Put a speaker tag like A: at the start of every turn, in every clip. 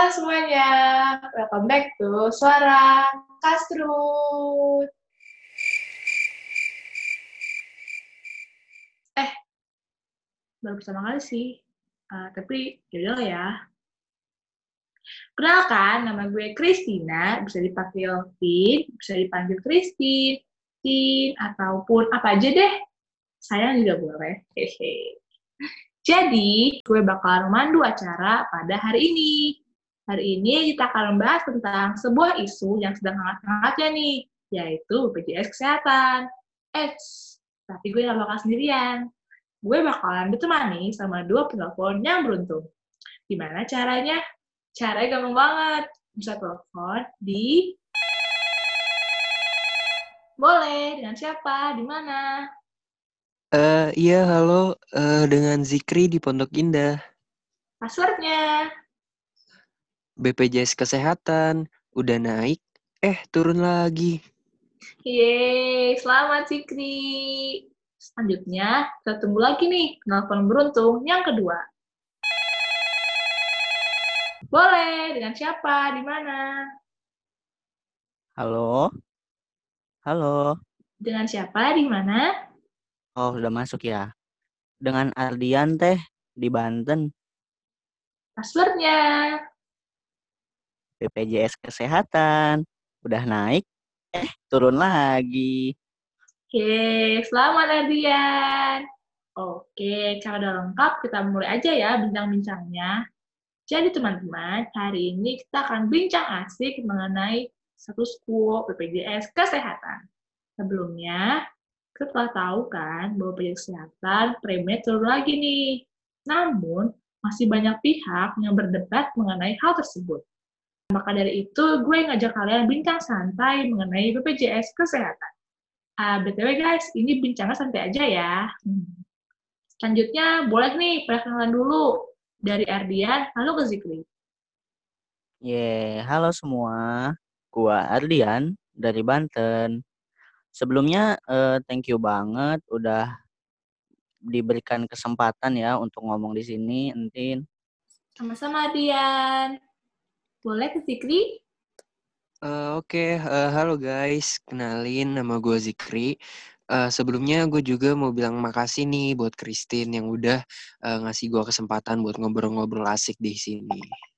A: Halo semuanya, welcome back to Suara Kastrut. Baru pertama kali sih, tapi yaudah lah ya. Kenalkan, nama gue Christina, bisa dipanggil Tin, bisa dipanggil Christine, Tin, ataupun apa aja deh. Sayang juga boleh. Hehe. Jadi, gue bakal memandu acara pada hari ini. Hari ini kita akan membahas tentang sebuah isu yang sedang hangat-hangatnya nih, yaitu BPJS Kesehatan. Eits, tapi gue gak bakal sendirian. Gue bakalan ditemani sama dua penelpon yang beruntung. Gimana caranya? Caranya gampang banget. Bisa telepon di... Boleh, dengan siapa? Di mana?
B: Iya, halo, dengan Zikri di Pondok Indah.
A: Passwordnya.
B: BPJS Kesehatan udah naik, turun lagi.
A: Yeay, selamat Cikri. Selanjutnya, kita tunggu lagi nih penelpon beruntung yang kedua. Boleh, dengan siapa? Di mana?
C: Halo, halo.
A: Dengan siapa? Di mana?
C: Oh, udah masuk ya. Dengan Ardian teh di Banten,
A: Passwordnya.
C: BPJS Kesehatan. Udah naik, turun lagi.
A: Oke, selamat Adian. Oke, kalau udah lengkap, kita mulai aja ya bincang-bincangnya. Jadi teman-teman, hari ini kita akan bincang asik mengenai status quo BPJS Kesehatan. Sebelumnya, kita telah tahu kan bahwa BPJS Kesehatan preminya turun lagi nih. Namun, masih banyak pihak yang berdebat mengenai hal tersebut. Maka dari itu, gue ngajak kalian bincang santai mengenai BPJS Kesehatan. BTW guys, ini bincangnya santai aja ya. Selanjutnya, boleh nih perkenalan dulu dari Ardian, lalu ke Zikri.
C: Halo semua. Gua Ardian dari Banten. Sebelumnya thank you banget udah diberikan kesempatan ya untuk ngomong di sini, Entin.
A: Sama-sama Ardian. Boleh ke Zikri?
B: Oke, halo guys, kenalin nama gue Zikri. Sebelumnya gue juga mau bilang makasih nih buat Christine yang udah ngasih gue kesempatan buat ngobrol-ngobrol asik di sini.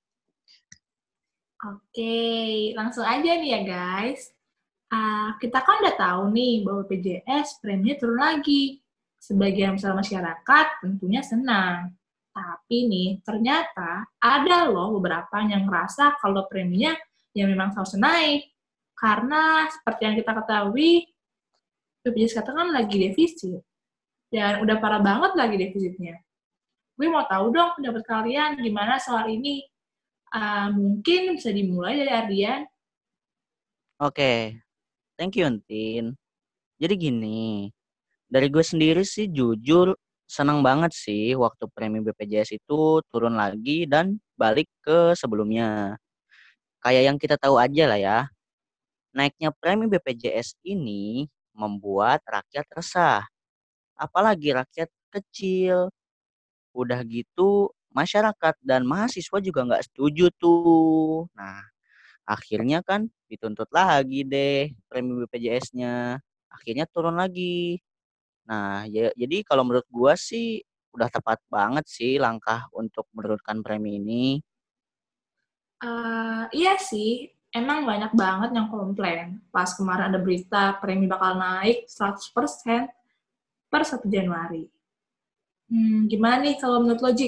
A: Oke, langsung aja nih ya guys. Kita kan udah tahu nih bahwa BPJS preminya turun lagi. Sebagian besar masyarakat tentunya senang. Tapi nih, ternyata ada loh beberapa yang ngerasa kalau preminya ya memang harus naik. Karena seperti yang kita ketahui, BPJS Kesehatan kan lagi defisit. Dan udah parah banget lagi defisitnya. Gue mau tahu dong pendapat kalian gimana soal ini. Mungkin bisa dimulai dari Ardian.
C: Oke, thank you, Entin. Jadi gini, dari gue sendiri sih jujur senang banget sih waktu premi BPJS itu turun lagi dan balik ke sebelumnya. Kayak yang kita tahu aja lah ya, naiknya premi BPJS ini membuat rakyat resah. Apalagi rakyat kecil. Udah gitu masyarakat dan mahasiswa juga nggak setuju tuh. Nah, akhirnya kan dituntut lagi deh premi BPJS-nya. Akhirnya turun lagi. Nah, jadi kalau menurut gua sih udah tepat banget sih langkah untuk menurunkan premi ini.
A: Iya sih, emang banyak banget yang komplain. Pas kemarin ada berita premi bakal naik 100% per 1 Januari. Gimana nih kalau menurut Logik?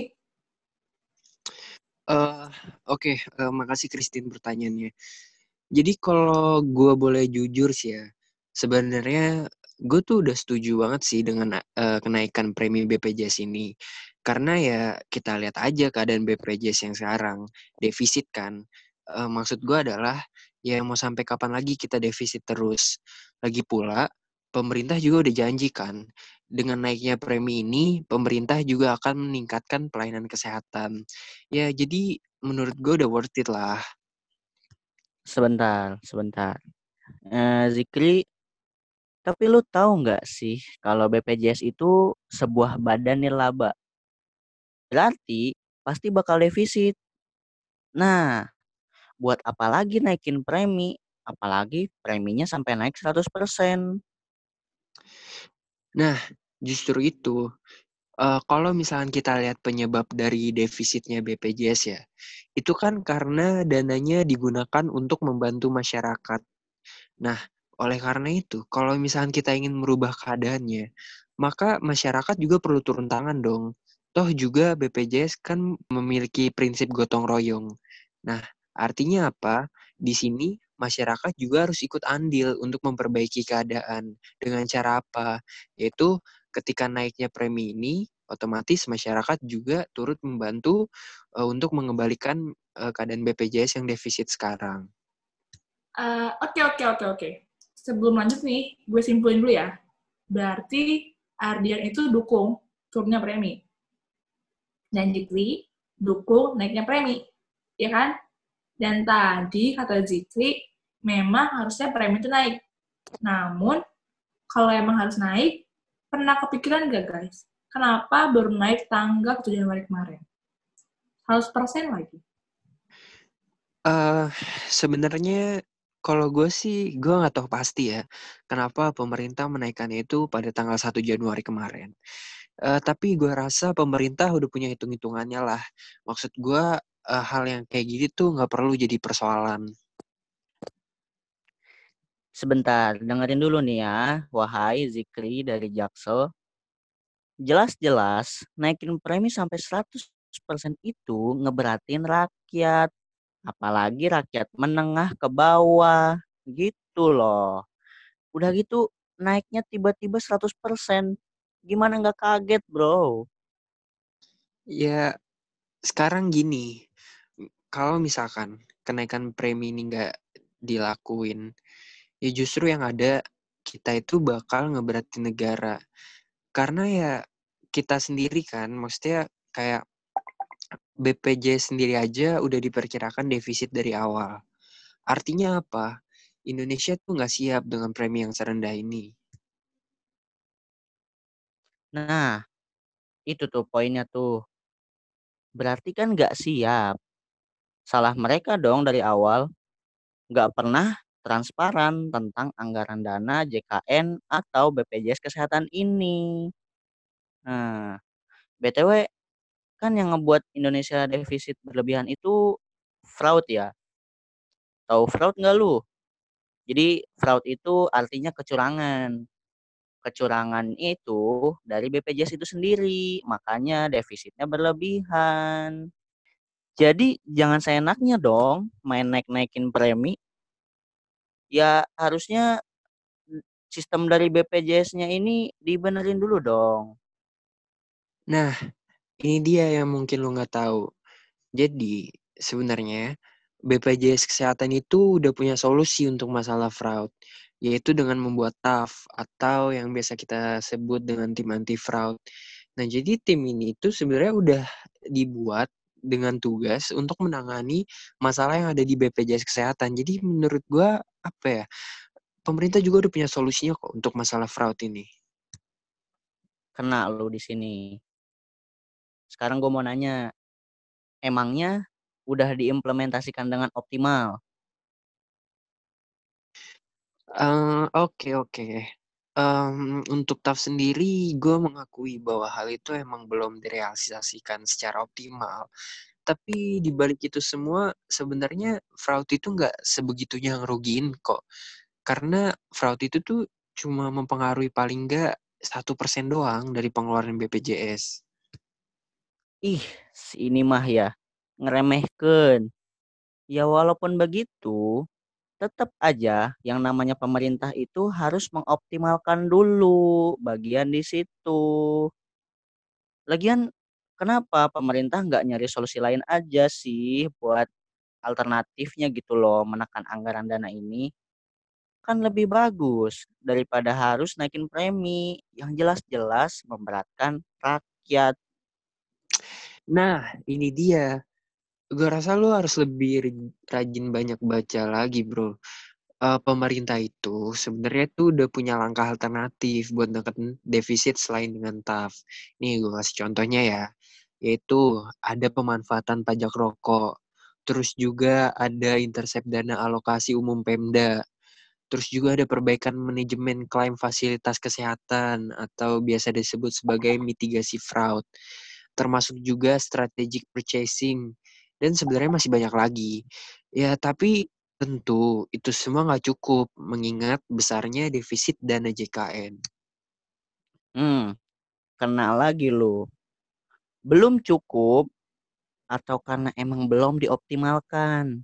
B: Oke, makasih Christine pertanyaannya. Jadi kalau gue boleh jujur sih ya, sebenarnya gue tuh udah setuju banget sih dengan kenaikan premi BPJS ini. Karena ya kita lihat aja keadaan BPJS yang sekarang, defisit kan. Maksud gue adalah ya mau sampai kapan lagi kita defisit terus. Lagi pula pemerintah juga udah janji kan, dengan naiknya premi ini pemerintah juga akan meningkatkan pelayanan kesehatan. Ya jadi menurut gue udah worth it lah.
C: Sebentar, sebentar. Zikri, tapi lu tahu nggak sih kalau BPJS itu sebuah badan nirlaba? Berarti pasti bakal defisit. Nah, buat apa lagi naikin premi? Apalagi preminya sampai naik 100%.
B: Nah, justru itu, kalau misalkan kita lihat penyebab dari defisitnya BPJS ya, itu kan karena dananya digunakan untuk membantu masyarakat. Nah, oleh karena itu, kalau misalkan kita ingin merubah keadaannya, maka masyarakat juga perlu turun tangan dong. Toh juga BPJS kan memiliki prinsip gotong royong. Nah, artinya apa? Di sini masyarakat juga harus ikut andil untuk memperbaiki keadaan. Dengan cara apa? Yaitu ketika naiknya premi ini, otomatis masyarakat juga turut membantu untuk mengembalikan keadaan BPJS yang defisit sekarang.
A: Oke, oke, oke, oke. Sebelum lanjut nih, gue simpulin dulu ya. Berarti Ardian itu dukung turunnya premi. Dan Zikri dukung naiknya premi. Ya kan? Dan tadi kata Zikri, memang harusnya premi itu naik. Namun, kalau emang harus naik, pernah kepikiran nggak guys? Kenapa baru naik tanggal 1 Januari kemarin? 100% lagi.
B: Sebenarnya kalau gue sih, gue nggak tahu pasti ya, kenapa pemerintah menaikkannya itu pada tanggal 1 Januari kemarin. Tapi gue rasa pemerintah udah punya hitung-hitungannya lah. Maksud gue, hal yang kayak gini tuh nggak perlu jadi persoalan.
C: Sebentar, dengerin dulu nih ya, wahai Zikri dari Jaksel. Jelas-jelas naikin premi sampai 100% itu ngeberatin rakyat. Apalagi rakyat menengah ke bawah. Gitu loh. Udah gitu naiknya tiba-tiba 100%. Gimana nggak kaget bro?
B: Ya, sekarang gini, kalau misalkan kenaikan premi ini nggak dilakuin, ya justru yang ada kita itu bakal ngeberatin negara. Karena ya kita sendiri kan, maksudnya kayak BPJS sendiri aja udah diperkirakan defisit dari awal. Artinya apa? Indonesia tuh nggak siap dengan premi yang serendah ini.
C: Nah, itu tuh poinnya tuh. Berarti kan nggak siap. Salah mereka dong dari awal. Nggak pernah transparan tentang anggaran dana JKN atau BPJS Kesehatan ini. Nah, BTW kan yang ngebuat Indonesia defisit berlebihan itu fraud ya. Tahu fraud nggak lu? Jadi fraud itu artinya kecurangan. Kecurangan itu dari BPJS itu sendiri, makanya defisitnya berlebihan. Jadi jangan seenaknya dong main naik-naikin premi. Ya harusnya sistem dari BPJS-nya ini dibenerin dulu dong.
B: Nah, ini dia yang mungkin lo nggak tahu. Jadi, sebenarnya BPJS Kesehatan itu udah punya solusi untuk masalah fraud, yaitu dengan membuat TAF atau yang biasa kita sebut dengan tim anti fraud. Nah, jadi tim ini itu sebenarnya udah dibuat dengan tugas untuk menangani masalah yang ada di BPJS Kesehatan. Jadi menurut gua apa ya? Pemerintah juga udah punya solusinya kok untuk masalah fraud ini.
C: Kena lu di sini. Sekarang gue mau nanya, emangnya udah diimplementasikan dengan optimal?
B: Oke, oke. Untuk TAF sendiri, gue mengakui bahwa hal itu emang belum direalisasikan secara optimal. Tapi di balik itu semua, sebenarnya fraud itu nggak sebegitunya ngerugiin kok. Karena fraud itu tuh cuma mempengaruhi paling nggak 1% doang dari pengeluaran BPJS.
C: Ih, si ini mah ya, ngeremehkan. Ya walaupun begitu, tetap aja yang namanya pemerintah itu harus mengoptimalkan dulu bagian di situ. Lagian kenapa pemerintah nggak nyari solusi lain aja sih buat alternatifnya gitu loh menekan anggaran dana ini? Kan lebih bagus daripada harus naikin premi yang jelas-jelas memberatkan rakyat.
B: Nah, ini dia. Gue rasa lo harus lebih rajin banyak baca lagi, bro. Pemerintah itu sebenarnya tuh udah punya langkah alternatif buat neken defisit selain dengan TAF. Nih gue kasih contohnya ya, yaitu ada pemanfaatan pajak rokok. Terus juga ada intercept dana alokasi umum Pemda. Terus juga ada perbaikan manajemen klaim fasilitas kesehatan atau biasa disebut sebagai mitigasi fraud. Termasuk juga strategic purchasing. Dan sebenarnya masih banyak lagi. Ya, tapi tentu itu semua nggak cukup mengingat besarnya defisit dana JKN.
C: Kena lagi lu. Belum cukup atau karena emang belum dioptimalkan?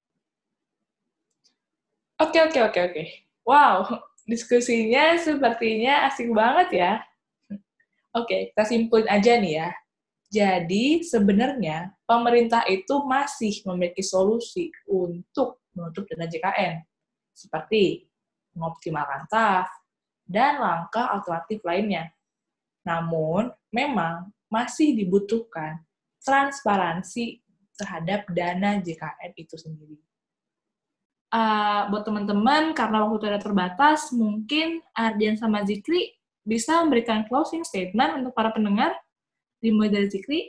A: Oke. Wow, diskusinya sepertinya asik banget ya. Oke, kita simpulin aja nih ya. Jadi sebenarnya pemerintah itu masih memiliki solusi untuk menutup dana JKN, seperti mengoptimalkan TAF dan langkah alternatif lainnya. Namun, memang masih dibutuhkan transparansi terhadap dana JKN itu sendiri. Buat teman-teman, karena waktu tidak terbatas, mungkin Ardian sama Zikri bisa memberikan closing statement untuk para pendengar. Dimulai dari Zikri.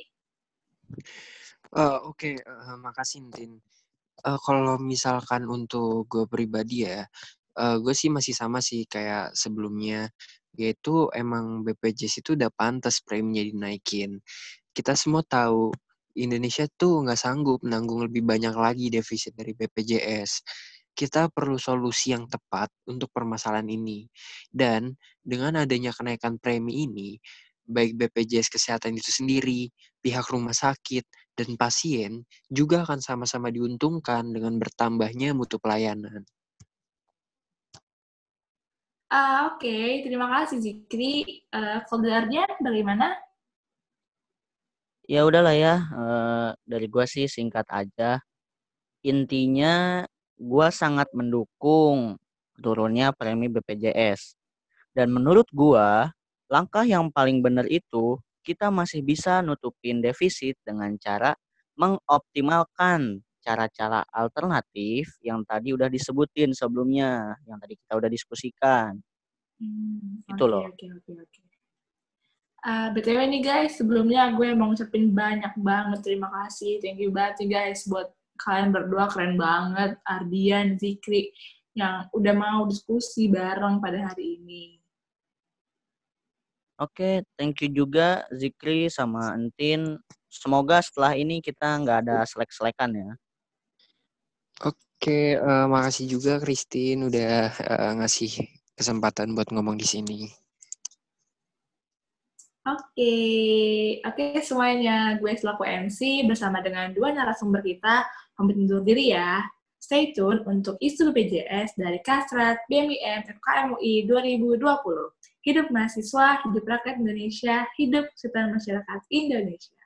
B: Oke, makasih Tin. Kalau misalkan untuk gue pribadi ya, gue sih masih sama sih kayak sebelumnya, yaitu emang BPJS itu udah pantas preminya dinaikin. Kita semua tahu Indonesia tuh nggak sanggup menanggung lebih banyak lagi defisit dari BPJS. Kita perlu solusi yang tepat untuk permasalahan ini. Dan dengan adanya kenaikan premi ini, baik BPJS Kesehatan itu sendiri, pihak rumah sakit, dan pasien juga akan sama-sama diuntungkan dengan bertambahnya mutu pelayanan.
A: Oke, terima kasih Zikri. Kalau dari Ardian, bagaimana?
C: Ya udahlah ya, dari gua sih singkat aja. Intinya gua sangat mendukung turunnya premi BPJS. Dan menurut gua, langkah yang paling benar itu kita masih bisa nutupin defisit dengan cara mengoptimalkan cara-cara alternatif yang tadi udah disebutin sebelumnya, yang tadi kita udah diskusikan. Itu loh.
A: Oke. BTW nih guys, sebelumnya gue mau ngucapin banyak banget terima kasih. Thank you banget nih guys buat kalian berdua, keren banget. Ardian, Zikri, yang udah mau diskusi bareng pada hari ini.
C: Oke, thank you juga Zikri sama Entin. Semoga setelah ini kita nggak ada selek-selekan ya.
B: Oke, makasih juga Christine udah ngasih kesempatan buat ngomong di sini.
A: Oke semuanya, gue selaku MC bersama dengan dua narasumber kita pamit undur diri ya. Stay tune untuk isu BPJS dari Kasrat BMIM FKM UI 2020. Hidup mahasiswa, hidup rakyat Indonesia, hidup kesejahteraan masyarakat Indonesia.